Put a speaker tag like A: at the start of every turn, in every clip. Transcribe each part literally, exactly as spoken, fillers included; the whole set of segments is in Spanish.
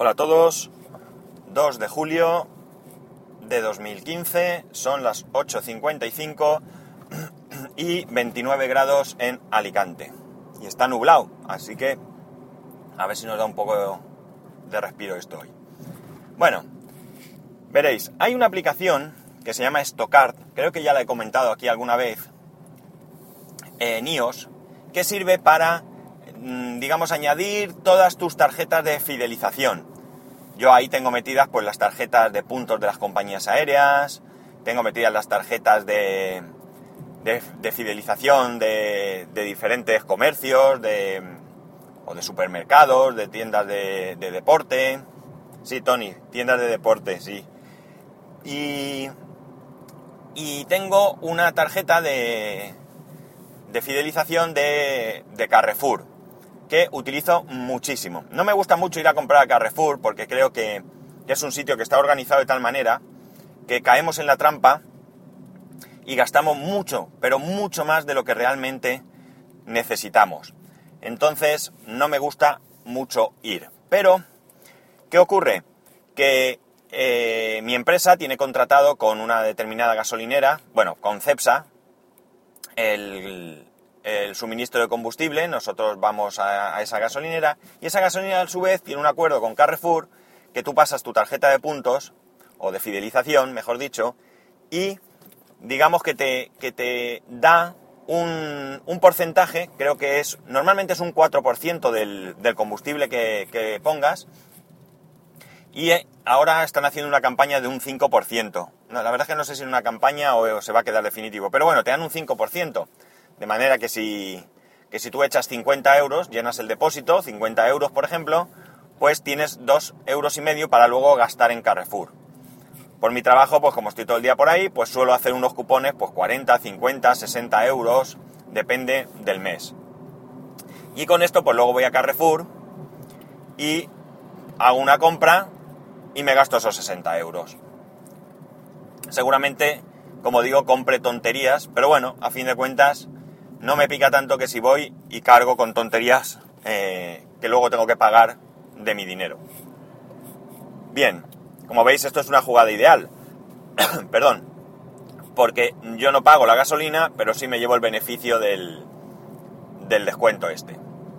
A: Hola a todos, dos de julio de dos mil quince, son las ocho cincuenta y cinco y veintinueve grados en Alicante. Y está nublado, así que a ver si nos da un poco de respiro esto hoy. Bueno, veréis, hay una aplicación que se llama Stockart, creo que ya la he comentado aquí alguna vez, en iOS, que sirve para, digamos, añadir todas tus tarjetas de fidelización. Yo ahí tengo metidas pues las tarjetas de puntos de las compañías aéreas, tengo metidas las tarjetas de, de, de fidelización de, de diferentes comercios, de, o de supermercados, de tiendas de, de deporte. Sí, Tony, tiendas de deporte, sí. Y, y tengo una tarjeta de, de fidelización de, de Carrefour, que utilizo muchísimo. No me gusta mucho ir a comprar a Carrefour porque creo que, que es un sitio que está organizado de tal manera que caemos en la trampa y gastamos mucho, pero mucho más de lo que realmente necesitamos. Entonces no me gusta mucho ir. Pero, ¿qué ocurre? Que eh, mi empresa tiene contratado con una determinada gasolinera, bueno, con Cepsa, el... el suministro de combustible. Nosotros vamos a, a esa gasolinera y esa gasolinera a su vez tiene un acuerdo con Carrefour que tú pasas tu tarjeta de puntos o de fidelización, mejor dicho, y digamos que te, que te da un, un porcentaje, creo que es, normalmente es un cuatro por ciento del, del combustible que, que pongas, y ahora están haciendo una campaña de un cinco por ciento. No, la verdad es que no sé si es una campaña o, o se va a quedar definitivo, pero bueno, te dan un cinco por ciento. De manera que si, que si tú echas cincuenta euros, llenas el depósito, cincuenta euros por ejemplo, pues tienes dos euros y medio para luego gastar en Carrefour. Por mi trabajo, pues como estoy todo el día por ahí, pues suelo hacer unos cupones, pues cuarenta, cincuenta, sesenta euros, depende del mes. Y con esto, pues luego voy a Carrefour y hago una compra y me gasto esos sesenta euros. Seguramente, como digo, compre tonterías, pero bueno, a fin de cuentas, no me pica tanto que si voy y cargo con tonterías eh, que luego tengo que pagar de mi dinero. Bien, como veis esto es una jugada ideal. Perdón, porque yo no pago la gasolina, pero sí me llevo el beneficio del, del descuento este.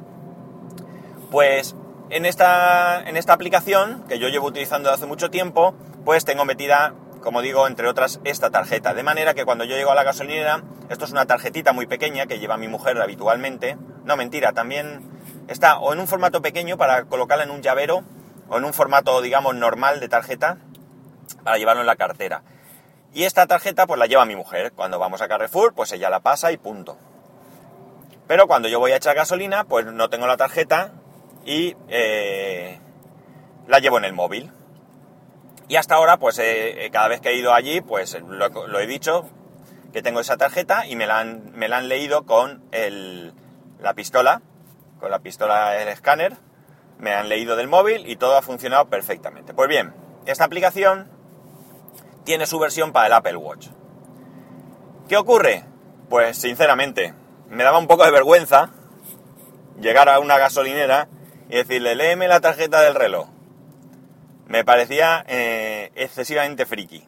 A: Pues en esta, en esta aplicación, que yo llevo utilizando hace mucho tiempo, pues tengo metida, como digo, entre otras, esta tarjeta. De manera que cuando yo llego a la gasolinera, esto es una tarjetita muy pequeña que lleva mi mujer habitualmente. No, mentira, también está o en un formato pequeño para colocarla en un llavero, o en un formato, digamos, normal de tarjeta para llevarlo en la cartera. Y esta tarjeta pues la lleva mi mujer. Cuando vamos a Carrefour, pues ella la pasa y punto. Pero cuando yo voy a echar gasolina, pues no tengo la tarjeta y eh, la llevo en el móvil. Y hasta ahora, pues eh, cada vez que he ido allí, pues lo, lo he dicho, que tengo esa tarjeta y me la han, me la han leído con el, la pistola, con la pistola del escáner, me han leído del móvil y todo ha funcionado perfectamente. Pues bien, esta aplicación tiene su versión para el Apple Watch. ¿Qué ocurre? Pues sinceramente, me daba un poco de vergüenza llegar a una gasolinera y decirle, léeme la tarjeta del reloj. Me parecía eh, excesivamente friki.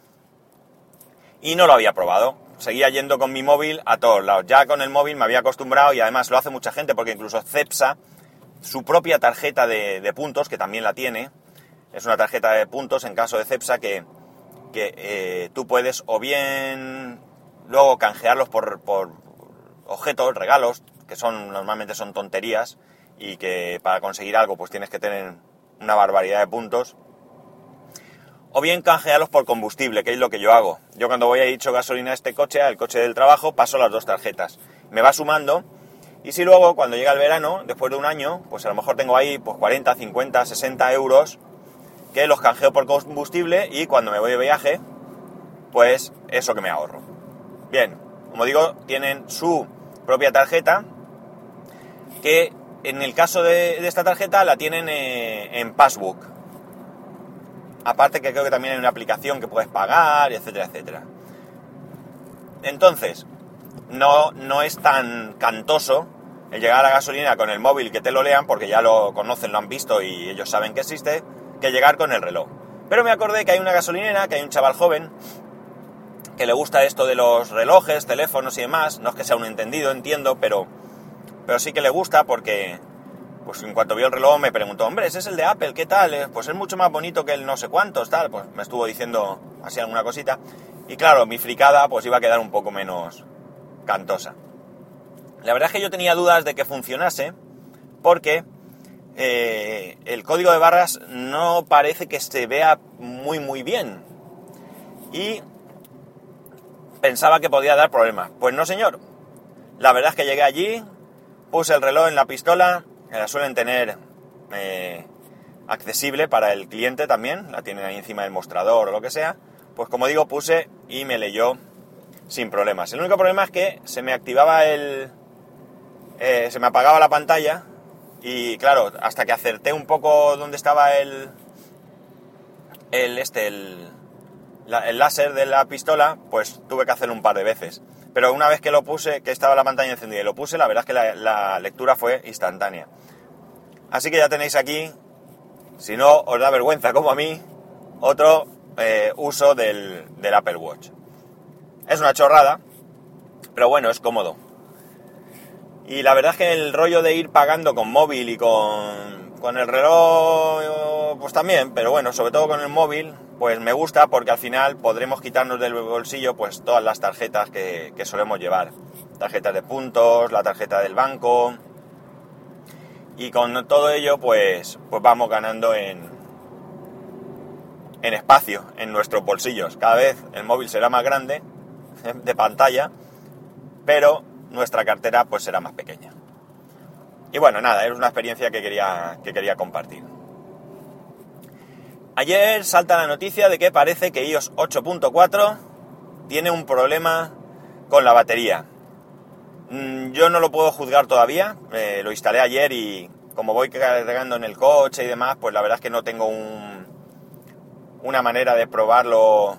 A: Y no lo había probado. Seguía yendo con mi móvil a todos lados. Ya con el móvil me había acostumbrado y además lo hace mucha gente porque incluso Cepsa, su propia tarjeta de, de puntos, que también la tiene, es una tarjeta de puntos en caso de Cepsa que, que eh, tú puedes o bien luego canjearlos por, por objetos, regalos, que son normalmente son tonterías y que para conseguir algo pues tienes que tener una barbaridad de puntos, o bien canjearlos por combustible, que es lo que yo hago. Yo cuando voy a echar gasolina a este coche, al coche del trabajo, paso las dos tarjetas. Me va sumando, y si luego cuando llega el verano, después de un año, pues a lo mejor tengo ahí pues cuarenta, cincuenta, sesenta euros, que los canjeo por combustible, y cuando me voy de viaje, pues eso que me ahorro. Bien, como digo, tienen su propia tarjeta, que en el caso de, de esta tarjeta la tienen eh, en Passbook. Aparte que creo que también hay una aplicación que puedes pagar, etcétera, etcétera. Entonces, no, no es tan cantoso el llegar a la gasolina con el móvil que te lo lean, porque ya lo conocen, lo han visto y ellos saben que existe, que llegar con el reloj. Pero me acordé que hay una gasolinera, que hay un chaval joven que le gusta esto de los relojes, teléfonos y demás. No es que sea un entendido, entiendo, pero, pero sí que le gusta porque, pues en cuanto vio el reloj me preguntó, hombre, ese es el de Apple, ¿qué tal? Pues es mucho más bonito que el no sé cuántos, tal. Pues me estuvo diciendo así alguna cosita. Y claro, mi fricada pues iba a quedar un poco menos cantosa. La verdad es que yo tenía dudas de que funcionase porque eh, el código de barras no parece que se vea muy muy bien. Y pensaba que podía dar problemas. Pues no, señor. La verdad es que llegué allí, puse el reloj en la pistola, que la suelen tener eh, accesible para el cliente también, la tienen ahí encima del mostrador o lo que sea. Pues como digo, puse y me leyó sin problemas. El único problema es que se me activaba el... Eh, se me apagaba la pantalla y claro, hasta que acerté un poco donde estaba el... el este, el... La, el láser de la pistola, pues tuve que hacerlo un par de veces. Pero una vez que lo puse, que estaba la pantalla encendida y lo puse, la verdad es que la, la lectura fue instantánea. Así que ya tenéis aquí, si no os da vergüenza como a mí, otro eh, uso del, del Apple Watch. Es una chorrada, pero bueno, es cómodo. Y la verdad es que el rollo de ir pagando con móvil y con, con el reloj, pues también, pero bueno, sobre todo con el móvil, pues me gusta porque al final podremos quitarnos del bolsillo pues todas las tarjetas que, que solemos llevar. Tarjetas de puntos, la tarjeta del banco. Y con todo ello pues, pues vamos ganando en, en espacio en nuestros bolsillos. Cada vez el móvil será más grande de pantalla, pero nuestra cartera pues será más pequeña. Y bueno, nada, es una experiencia que quería, que quería compartir. Ayer salta la noticia de que parece que iOS ocho punto cuatro tiene un problema con la batería. Yo no lo puedo juzgar todavía, eh, lo instalé ayer y como voy cargando en el coche y demás, pues la verdad es que no tengo un, una manera de probarlo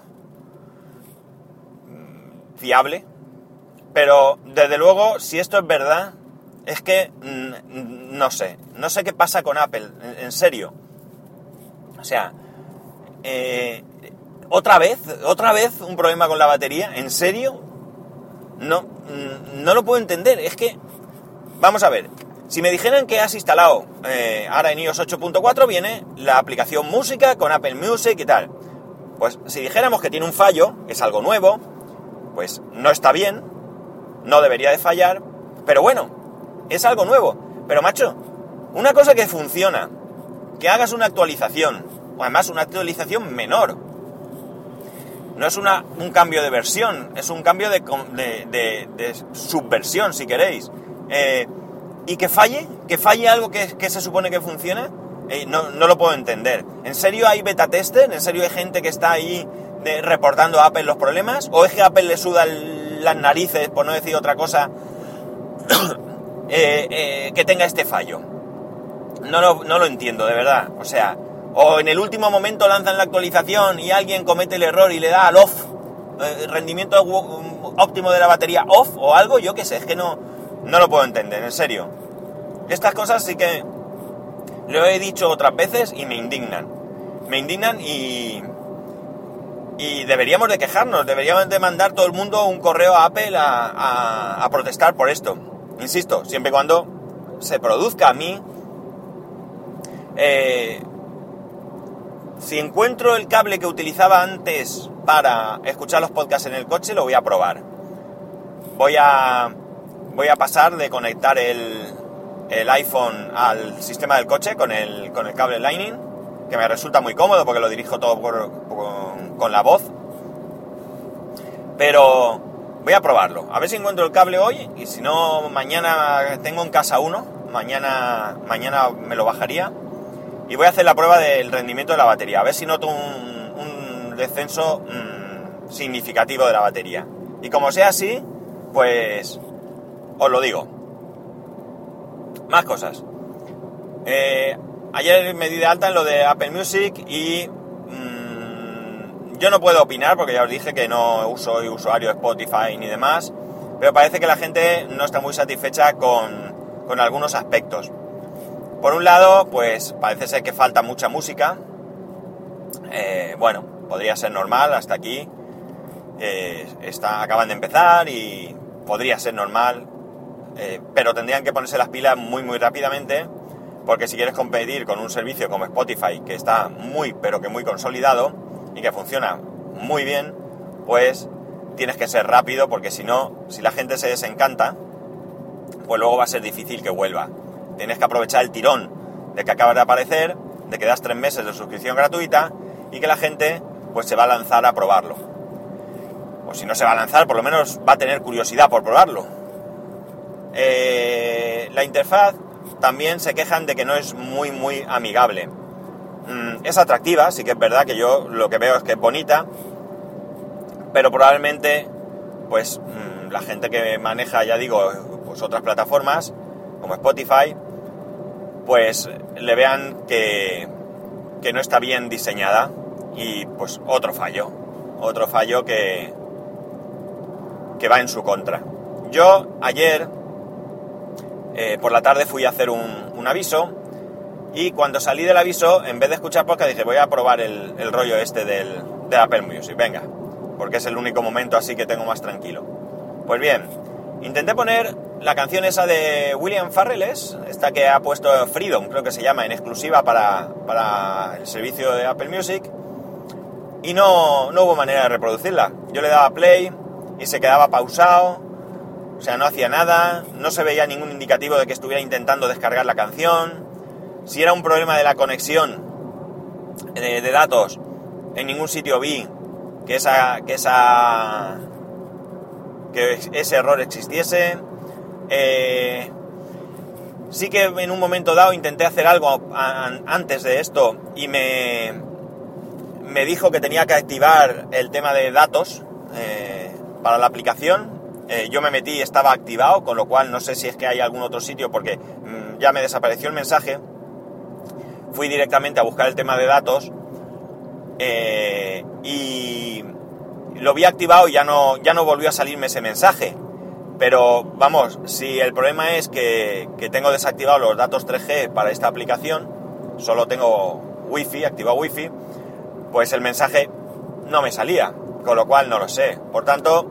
A: fiable. Pero desde luego, si esto es verdad, es que mmm, no sé, no sé qué pasa con Apple, en, en serio. O sea, eh, otra vez, otra vez un problema con la batería, ¿en serio? No, mmm, no lo puedo entender. Es que, vamos a ver, si me dijeran que has instalado, eh, ahora en iOS ocho punto cuatro viene la aplicación música con Apple Music y tal. Pues si dijéramos que tiene un fallo, que es algo nuevo, pues no está bien. No debería de fallar, pero bueno, es algo nuevo. Pero macho, una cosa que funciona, que hagas una actualización, o además una actualización menor. No es una, un cambio de versión, es un cambio de, de, de, de subversión, si queréis. Eh, y que falle, que falle algo que, que se supone que funciona, eh, no, no lo puedo entender. ¿En serio hay beta tester? ¿En serio hay gente que está ahí de, reportando a Apple los problemas? ¿O es que a Apple le suda el las narices, por no decir otra cosa, eh, eh, que tenga este fallo? No lo, no lo entiendo, de verdad. O sea, o en el último momento lanzan la actualización y alguien comete el error y le da al off, eh, rendimiento óptimo de la batería off o algo, yo qué sé, es que no, no lo puedo entender, en serio. Estas cosas sí que lo he dicho otras veces y me indignan. Me indignan y... Y deberíamos de quejarnos, deberíamos de mandar todo el mundo un correo a Apple a, a, a protestar por esto. Insisto, siempre y cuando se produzca. A mí, eh, si encuentro el cable que utilizaba antes para escuchar los podcasts en el coche, lo voy a probar. Voy a, voy a pasar de conectar el, el iPhone al sistema del coche con el, con el cable Lightning, que me resulta muy cómodo porque lo dirijo todo por, por, con la voz. Pero voy a probarlo, a ver si encuentro el cable hoy, y si no, mañana tengo en casa uno, mañana, mañana me lo bajaría y voy a hacer la prueba del rendimiento de la batería, a ver si noto un, un descenso mmm, significativo de la batería. Y como sea así, pues os lo digo. Más cosas. Eh, ayer me di de alta en lo de Apple Music y mmm, yo no puedo opinar porque ya os dije que no soy usuario de Spotify ni demás, pero parece que la gente no está muy satisfecha con, con algunos aspectos. Por un lado, pues parece ser que falta mucha música. Eh, bueno, podría ser normal hasta aquí. Eh, está, acaban de empezar y podría ser normal, eh, pero tendrían que ponerse las pilas muy muy rápidamente, porque si quieres competir con un servicio como Spotify, que está muy pero que muy consolidado y que funciona muy bien, pues tienes que ser rápido, porque si no, si la gente se desencanta, pues luego va a ser difícil que vuelva. Tienes que aprovechar el tirón de que acabas de aparecer, de que das tres meses de suscripción gratuita y que la gente pues se va a lanzar a probarlo. O si no se va a lanzar, por lo menos va a tener curiosidad por probarlo. Eh, la interfaz también se quejan de que no es muy muy amigable. Mm, es atractiva, sí que es verdad que yo lo que veo es que es bonita, pero probablemente pues mmm, la gente que maneja, ya digo, pues otras plataformas como Spotify, pues le vean que, que no está bien diseñada, y pues otro fallo, otro fallo que, que va en su contra. Yo ayer eh, por la tarde fui a hacer un, un aviso, y cuando salí del aviso, en vez de escuchar podcast, dije voy a probar el, el rollo este del, de Apple Music, venga, porque es el único momento así que tengo más tranquilo. Pues bien, intenté poner la canción esa de William Farrells, esta que ha puesto Freedom, creo que se llama, en exclusiva para, para el servicio de Apple Music, y no, no hubo manera de reproducirla. Yo le daba play y se quedaba pausado, o sea, no hacía nada, no se veía ningún indicativo de que estuviera intentando descargar la canción. Si era un problema de la conexión de, de datos, en ningún sitio vi que esa que esa que ese error existiese. Eh, sí que en un momento dado intenté hacer algo a, a, antes de esto, y me me dijo que tenía que activar el tema de datos eh, para la aplicación. Eh, yo me metí y estaba activado, con lo cual no sé si es que hay algún otro sitio, porque mmm, ya me desapareció el mensaje. Fui directamente a buscar el tema de datos eh, y lo vi activado y ya no, ya no volvió a salirme ese mensaje. Pero vamos, si el problema es que, que tengo desactivados los datos tres G para esta aplicación, solo tengo Wi-Fi, activado Wi-Fi, pues el mensaje no me salía, con lo cual no lo sé. Por tanto,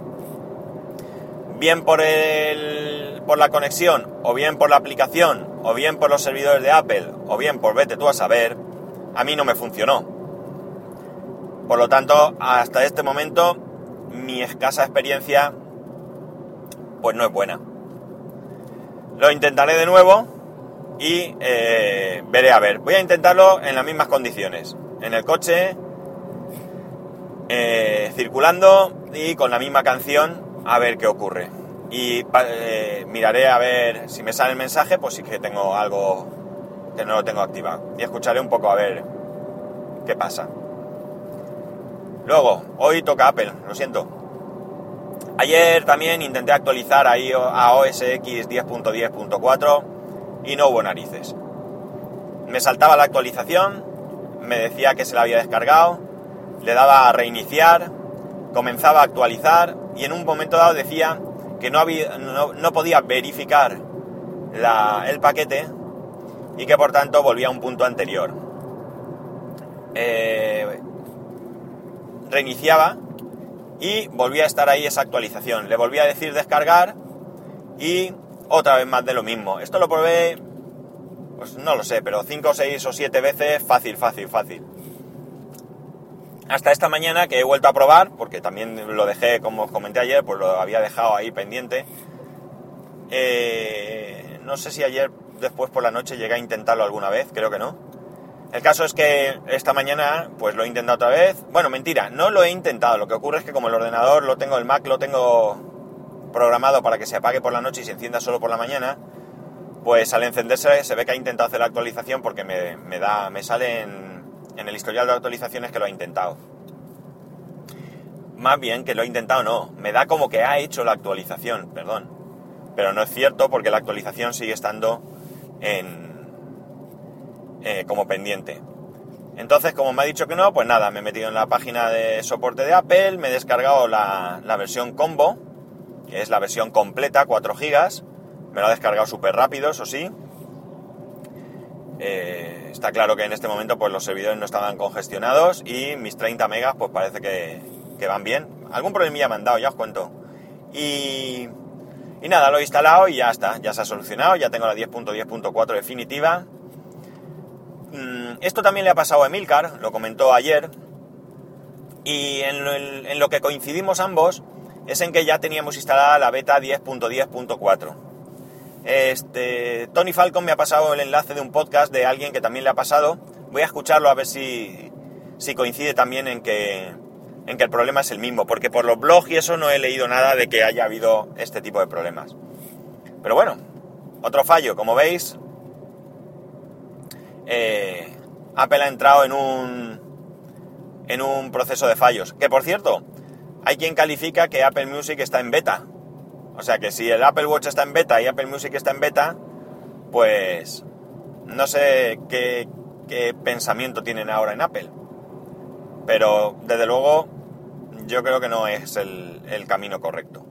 A: bien por el, por la conexión, o bien por la aplicación, o bien por los servidores de Apple, o bien por vete tú a saber, a mí no me funcionó. Por lo tanto, hasta este momento, mi escasa experiencia pues no es buena. Lo intentaré de nuevo y eh, veré a ver. Voy a intentarlo en las mismas condiciones, en el coche, eh, circulando y con la misma canción, a ver qué ocurre. Y eh, miraré a ver si me sale el mensaje, pues sí que tengo algo que no lo tengo activado. Y escucharé un poco a ver qué pasa. Luego, hoy toca Apple, lo siento. Ayer también intenté actualizar ahí a O S X diez punto diez punto cuatro y no hubo narices. Me saltaba la actualización, me decía que se la había descargado, le daba a reiniciar, comenzaba a actualizar y en un momento dado decía que no, había, no, no podía verificar la, el paquete y que por tanto volvía a un punto anterior. Eh, reiniciaba y volvía a estar ahí esa actualización. Le volvía a decir descargar y otra vez más de lo mismo. Esto lo probé, pues no lo sé, pero cinco, seis o siete veces, fácil, fácil, fácil. Hasta esta mañana que he vuelto a probar, porque también lo dejé, como os comenté ayer, pues lo había dejado ahí pendiente. Eh, no sé si ayer después por la noche llegué a intentarlo alguna vez, creo que no. El caso es que esta mañana pues lo he intentado otra vez. Bueno, mentira, no lo he intentado. Lo que ocurre es que como el ordenador lo tengo, el Mac lo tengo programado para que se apague por la noche y se encienda solo por la mañana, pues al encenderse se ve que ha intentado hacer la actualización porque me, me da, me sale en, en el historial de actualizaciones que lo ha intentado. Más bien que lo ha intentado no, me da como que ha hecho la actualización, perdón. Pero no es cierto porque la actualización sigue estando en... Eh, como pendiente. Entonces, como me ha dicho que no, pues nada, me he metido en la página de soporte de Apple, me he descargado la, la versión combo, que es la versión completa, cuatro gigas, Me lo ha descargado súper rápido, eso sí. Eh, está claro que en este momento pues los servidores no estaban congestionados y mis treinta megas pues parece que, que van bien. Algún problemilla me han dado, ya os cuento. Y, y nada, lo he instalado y ya está, ya se ha solucionado, ya tengo la diez punto diez punto cuatro definitiva. Mm, esto también le ha pasado a Emilcar, lo comentó ayer, y en lo, en lo que coincidimos ambos es en que ya teníamos instalada la beta diez punto diez punto cuatro. Este, Tony Falcon me ha pasado el enlace de un podcast de alguien que también le ha pasado. Voy a escucharlo a ver si, si coincide también en que, en que el problema es el mismo, porque por los blogs y eso no he leído nada de que haya habido este tipo de problemas. Pero bueno, otro fallo, como veis, eh, Apple ha entrado en un, en un proceso de fallos. Que por cierto, hay quien califica que Apple Music está en beta. O sea que si el Apple Watch está en beta y Apple Music está en beta, pues no sé qué, qué pensamiento tienen ahora en Apple. Pero desde luego yo creo que no es el, el camino correcto.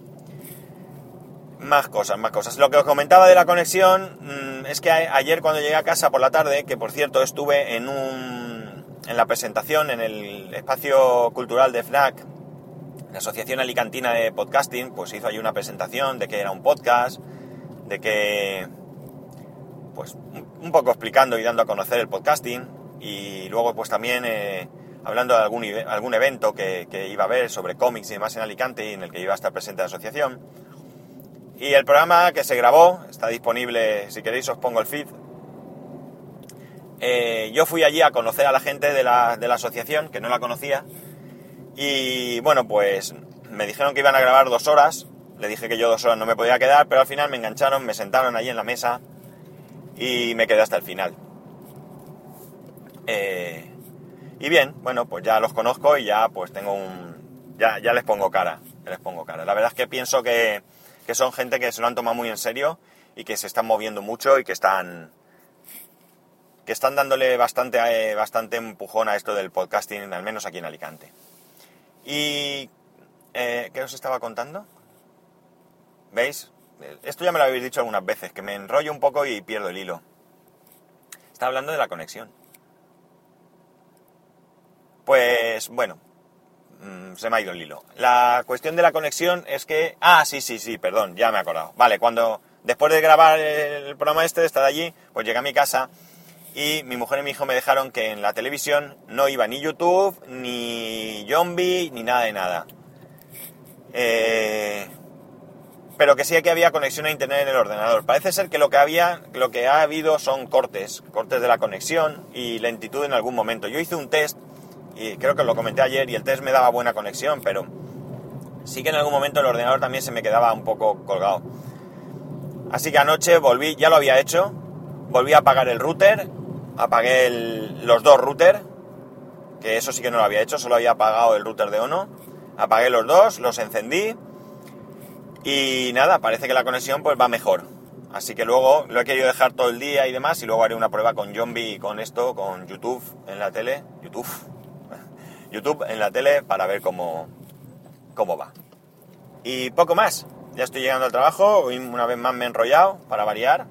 A: Más cosas, más cosas. Lo que os comentaba de la conexión mmm, es que a, ayer cuando llegué a casa por la tarde, que por cierto estuve en un en la presentación en el espacio cultural de FNAC, la Asociación Alicantina de Podcasting, pues hizo ahí una presentación de que era un podcast, de que, pues, un poco explicando y dando a conocer el podcasting, y luego, pues, también eh, hablando de algún, algún evento que, que iba a haber sobre cómics y demás en Alicante, y en el que iba a estar presente la asociación. Y el programa que se grabó, está disponible, si queréis os pongo el feed. Eh, yo fui allí a conocer a la gente de la, de la asociación, que no la conocía. Y bueno, pues me dijeron que iban a grabar dos horas, le dije que yo dos horas no me podía quedar, pero al final me engancharon, me sentaron allí en la mesa y me quedé hasta el final. Eh, y bien, bueno, pues ya los conozco y ya pues tengo un... ya, ya les pongo cara, ya les pongo cara. La verdad es que pienso que, que son gente que se lo han tomado muy en serio y que se están moviendo mucho y que están... que están dándole bastante, eh, bastante empujón a esto del podcasting, al menos aquí en Alicante. Y... Eh, ¿qué os estaba contando? ¿Veis? Esto ya me lo habéis dicho algunas veces, que me enrollo un poco y pierdo el hilo. Estaba hablando de la conexión. Pues, bueno, mmm, se me ha ido el hilo. La cuestión de la conexión es que... Ah, sí, sí, sí, perdón, ya me he acordado. Vale, cuando... Después de grabar el programa este, de estar allí, pues llegué a mi casa... Y mi mujer y mi hijo me dejaron que en la televisión no iba ni YouTube, ni Zombie, ni nada de nada. Eh, pero que sí que había conexión a internet en el ordenador. Parece ser que lo que había, lo que ha habido son cortes, cortes de la conexión y lentitud en algún momento. Yo hice un test, y creo que lo comenté ayer, y el test me daba buena conexión, pero sí que en algún momento el ordenador también se me quedaba un poco colgado. Así que anoche volví, ya lo había hecho, volví a apagar el router. Apagué el, los dos routers, que eso sí que no lo había hecho, solo había apagado el router de Ono. Apagué los dos, los encendí y nada, parece que la conexión pues va mejor. Así que luego lo he querido dejar todo el día y demás, y luego haré una prueba con Zombie y con esto, con YouTube en la tele, YouTube, YouTube en la tele para ver cómo, cómo va. Y poco más, ya estoy llegando al trabajo, hoy una vez más me he enrollado para variar.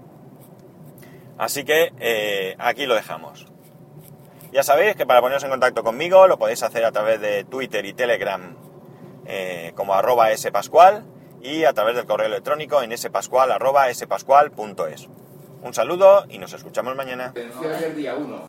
A: Así que eh, aquí lo dejamos. Ya sabéis que para poneros en contacto conmigo lo podéis hacer a través de Twitter y Telegram eh, como arroba spascual, y a través del correo electrónico en spascual arroba spascual punto es. Un saludo y nos escuchamos mañana.